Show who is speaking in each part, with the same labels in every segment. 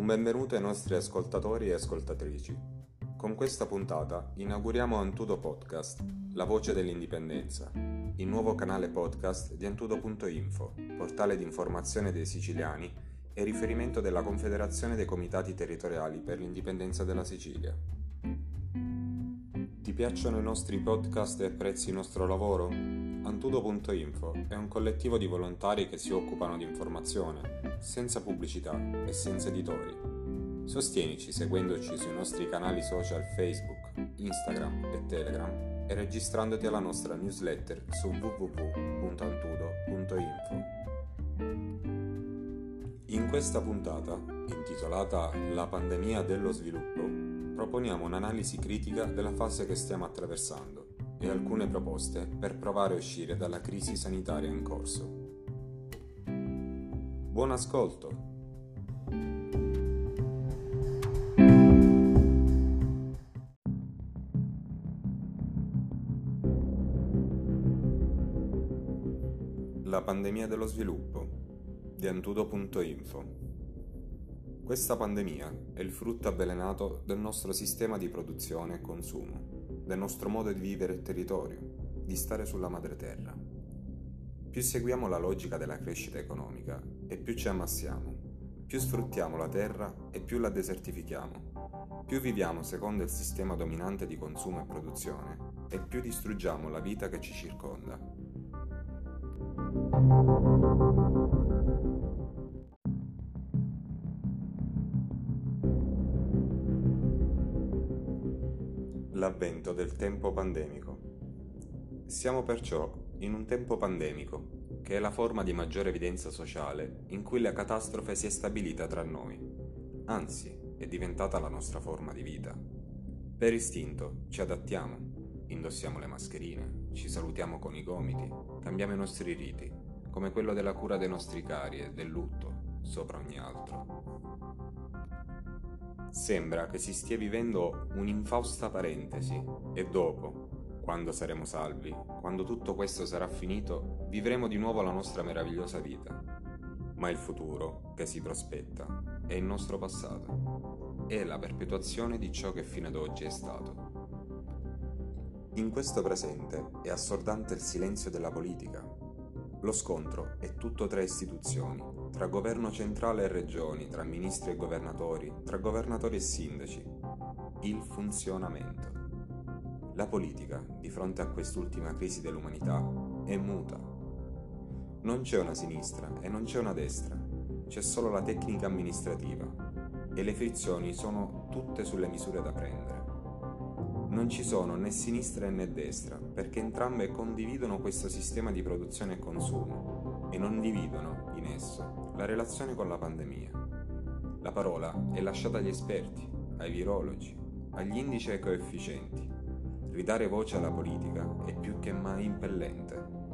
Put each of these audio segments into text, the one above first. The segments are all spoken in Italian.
Speaker 1: benvenuto ai nostri ascoltatori e ascoltatrici. Con questa puntata inauguriamo Antudo Podcast, la voce dell'indipendenza, il nuovo canale podcast di Antudo.info, portale di informazione dei siciliani e riferimento della Confederazione dei Comitati Territoriali per l'Indipendenza della Sicilia. Ti piacciono i nostri podcast e apprezzi il nostro lavoro? Antudo.info è un collettivo di volontari che si occupano di informazione, senza pubblicità e senza editori. Sostienici seguendoci sui nostri canali social Facebook, Instagram e Telegram e registrandoti alla nostra newsletter su www.antudo.info. In questa puntata, intitolata La pandemia dello sviluppo, proponiamo un'analisi critica della fase che stiamo attraversando e alcune proposte per provare a uscire dalla crisi sanitaria in corso. Buon ascolto! La pandemia dello sviluppo di Antudo.info. Questa pandemia è il frutto avvelenato del nostro sistema di produzione e consumo, del nostro modo di vivere il territorio, di stare sulla madreterra. Più seguiamo la logica della crescita economica e più ci ammassiamo, più sfruttiamo la terra e più la desertifichiamo, più viviamo secondo il sistema dominante di consumo e produzione e più distruggiamo la vita che ci circonda. L'avvento del tempo pandemico. Siamo perciò in un tempo pandemico, che è la forma di maggiore evidenza sociale in cui la catastrofe si è stabilita tra noi, anzi è diventata la nostra forma di vita. Per istinto ci adattiamo, indossiamo le mascherine, ci salutiamo con i gomiti, cambiamo i nostri riti, come quello della cura dei nostri cari e del lutto, sopra ogni altro. Sembra che si stia vivendo un'infausta parentesi e dopo, quando saremo salvi, quando tutto questo sarà finito, vivremo di nuovo la nostra meravigliosa vita. Ma il futuro che si prospetta è il nostro passato, è la perpetuazione di ciò che fino ad oggi è stato. In questo presente è assordante il silenzio della politica. Lo scontro è tutto tra istituzioni, tra governo centrale e regioni, tra ministri e governatori, tra governatori e sindaci. Il funzionamento. La politica, di fronte a quest'ultima crisi dell'umanità, è muta. Non c'è una sinistra e non c'è una destra, c'è solo la tecnica amministrativa e le frizioni sono tutte sulle misure da prendere. Non ci sono né sinistra né destra, perché entrambe condividono questo sistema di produzione e consumo e non dividono, in esso, la relazione con la pandemia. La parola è lasciata agli esperti, ai virologi, agli indici e ai coefficienti. Ridare voce alla politica è più che mai impellente.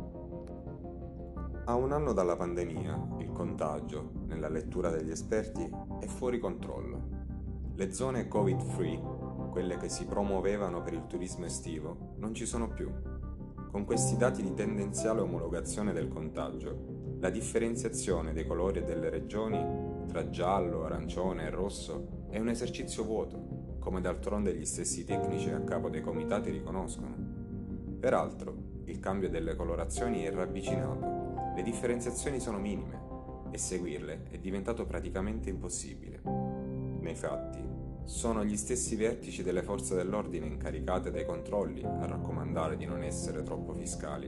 Speaker 1: A un anno dalla pandemia, il contagio, nella lettura degli esperti, è fuori controllo. Le zone Covid-free, quelle che si promuovevano per il turismo estivo, non ci sono più. Con questi dati di tendenziale omologazione del contagio, la differenziazione dei colori e delle regioni tra giallo, arancione e rosso è un esercizio vuoto, come d'altronde gli stessi tecnici a capo dei comitati riconoscono. Peraltro, il cambio delle colorazioni è ravvicinato, le differenziazioni sono minime e seguirle è diventato praticamente impossibile. Nei fatti, sono gli stessi vertici delle forze dell'ordine incaricate dei controlli a raccomandare di non essere troppo fiscali.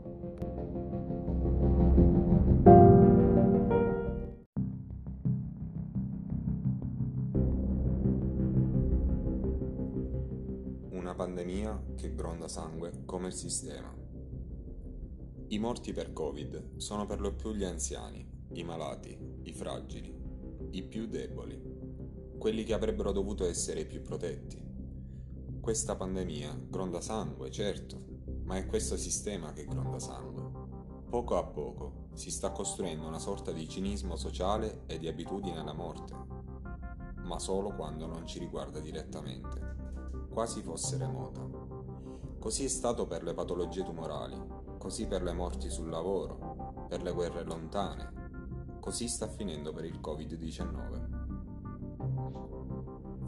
Speaker 1: Una pandemia che gronda sangue come il sistema. I morti per Covid sono per lo più gli anziani, i malati, i fragili, i più deboli, quelli che avrebbero dovuto essere i più protetti. Questa pandemia gronda sangue, certo, ma è questo sistema che gronda sangue. Poco a poco si sta costruendo una sorta di cinismo sociale e di abitudine alla morte, ma solo quando non ci riguarda direttamente, quasi fosse remota. Così è stato per le patologie tumorali, così per le morti sul lavoro, per le guerre lontane, così sta finendo per il Covid-19.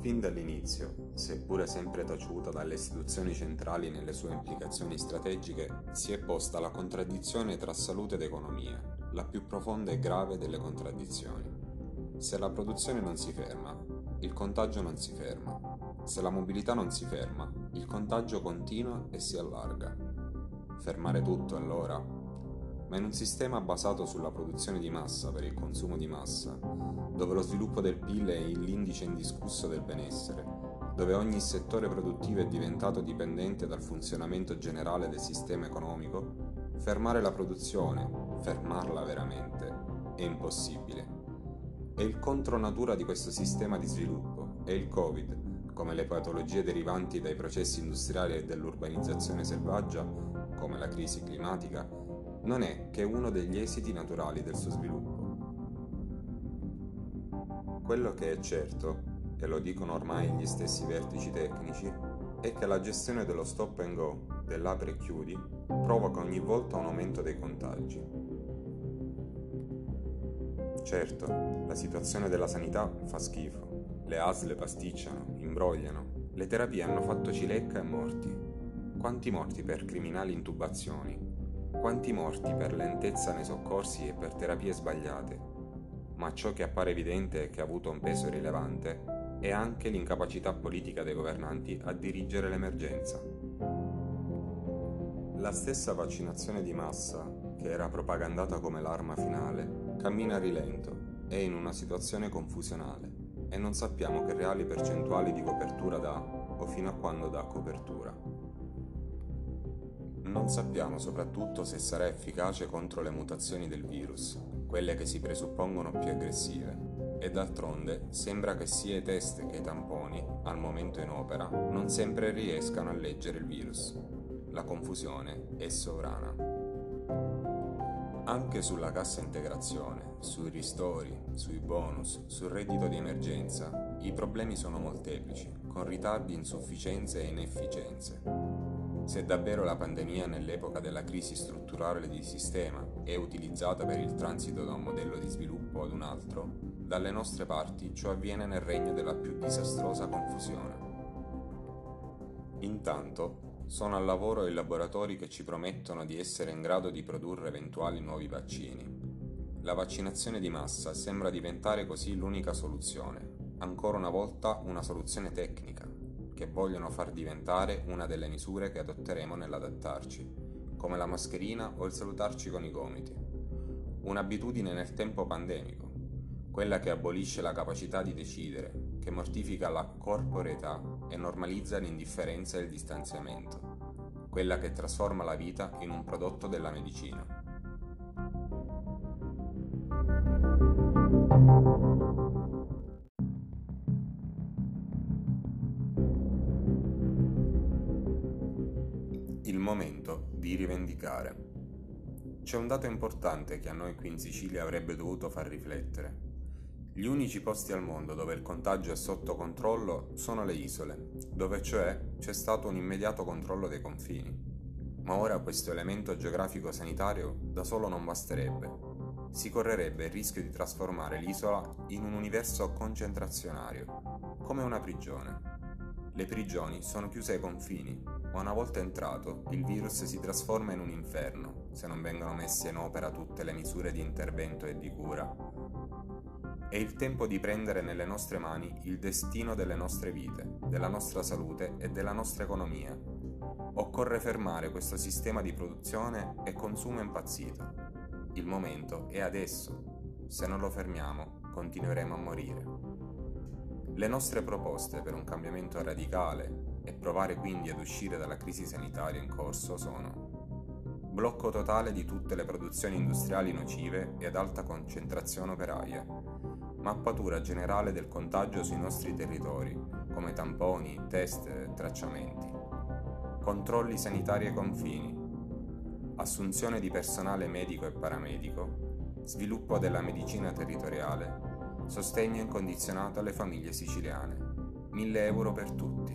Speaker 1: Fin dall'inizio, seppure sempre taciuta dalle istituzioni centrali nelle sue implicazioni strategiche, si è posta la contraddizione tra salute ed economia, la più profonda e grave delle contraddizioni. Se la produzione non si ferma, il contagio non si ferma. Se la mobilità non si ferma, il contagio continua e si allarga. Fermare tutto allora? Ma in un sistema basato sulla produzione di massa per il consumo di massa, dove lo sviluppo del PIL è l'indice indiscusso del benessere, dove ogni settore produttivo è diventato dipendente dal funzionamento generale del sistema economico, fermare la produzione, fermarla veramente, è impossibile. È il contronatura di questo sistema di sviluppo, è il Covid, come le patologie derivanti dai processi industriali e dell'urbanizzazione selvaggia, come la crisi climatica, non è che uno degli esiti naturali del suo sviluppo. Quello che è certo, e lo dicono ormai gli stessi vertici tecnici, è che la gestione dello stop and go, dell'apri e chiudi, provoca ogni volta un aumento dei contagi. Certo, la situazione della sanità fa schifo, le ASL pasticciano, imbrogliano, le terapie hanno fatto cilecca e morti. Quanti morti per criminali intubazioni? Quanti morti per lentezza nei soccorsi e per terapie sbagliate? Ma ciò che appare evidente e che ha avuto un peso rilevante è anche l'incapacità politica dei governanti a dirigere l'emergenza. La stessa vaccinazione di massa, che era propagandata come l'arma finale, cammina a rilento, è in una situazione confusionale e non sappiamo che reali percentuali di copertura dà o fino a quando dà copertura. Non sappiamo soprattutto se sarà efficace contro le mutazioni del virus, quelle che si presuppongono più aggressive, e d'altronde sembra che sia i test che i tamponi, al momento in opera, non sempre riescano a leggere il virus. La confusione è sovrana. Anche sulla cassa integrazione, sui ristori, sui bonus, sul reddito di emergenza, i problemi sono molteplici, con ritardi, insufficienze e inefficienze. Se davvero la pandemia nell'epoca della crisi strutturale di sistema è utilizzata per il transito da un modello di sviluppo ad un altro, dalle nostre parti ciò avviene nel regno della più disastrosa confusione. Intanto, sono al lavoro i laboratori che ci promettono di essere in grado di produrre eventuali nuovi vaccini. La vaccinazione di massa sembra diventare così l'unica soluzione, ancora una volta una soluzione tecnica, che vogliono far diventare una delle misure che adotteremo nell'adattarci, come la mascherina o il salutarci con i gomiti. Un'abitudine nel tempo pandemico, quella che abolisce la capacità di decidere, che mortifica la corporeità e normalizza l'indifferenza e il distanziamento, quella che trasforma la vita in un prodotto della medicina. Il momento di rivendicare. C'è un dato importante che a noi qui in Sicilia avrebbe dovuto far riflettere. Gli unici posti al mondo dove il contagio è sotto controllo sono le isole, dove cioè c'è stato un immediato controllo dei confini. Ma ora questo elemento geografico-sanitario da solo non basterebbe. Si correrebbe il rischio di trasformare l'isola in un universo concentrazionario, come una prigione. Le prigioni sono chiuse ai confini, ma una volta entrato, il virus si trasforma in un inferno, se non vengono messe in opera tutte le misure di intervento e di cura. È il tempo di prendere nelle nostre mani il destino delle nostre vite, della nostra salute e della nostra economia. Occorre fermare questo sistema di produzione e consumo impazzito. Il momento è adesso. Se non lo fermiamo, continueremo a morire. Le nostre proposte per un cambiamento radicale e provare quindi ad uscire dalla crisi sanitaria in corso sono: blocco totale di tutte le produzioni industriali nocive e ad alta concentrazione operaia, mappatura generale del contagio sui nostri territori, come tamponi, test e tracciamenti, controlli sanitari ai confini, assunzione di personale medico e paramedico, sviluppo della medicina territoriale, sostegno incondizionato alle famiglie siciliane, 1.000 euro per tutti.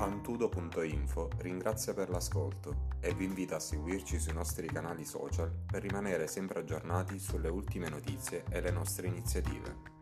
Speaker 1: Fantudo.info ringrazia per l'ascolto e vi invita a seguirci sui nostri canali social per rimanere sempre aggiornati sulle ultime notizie e le nostre iniziative.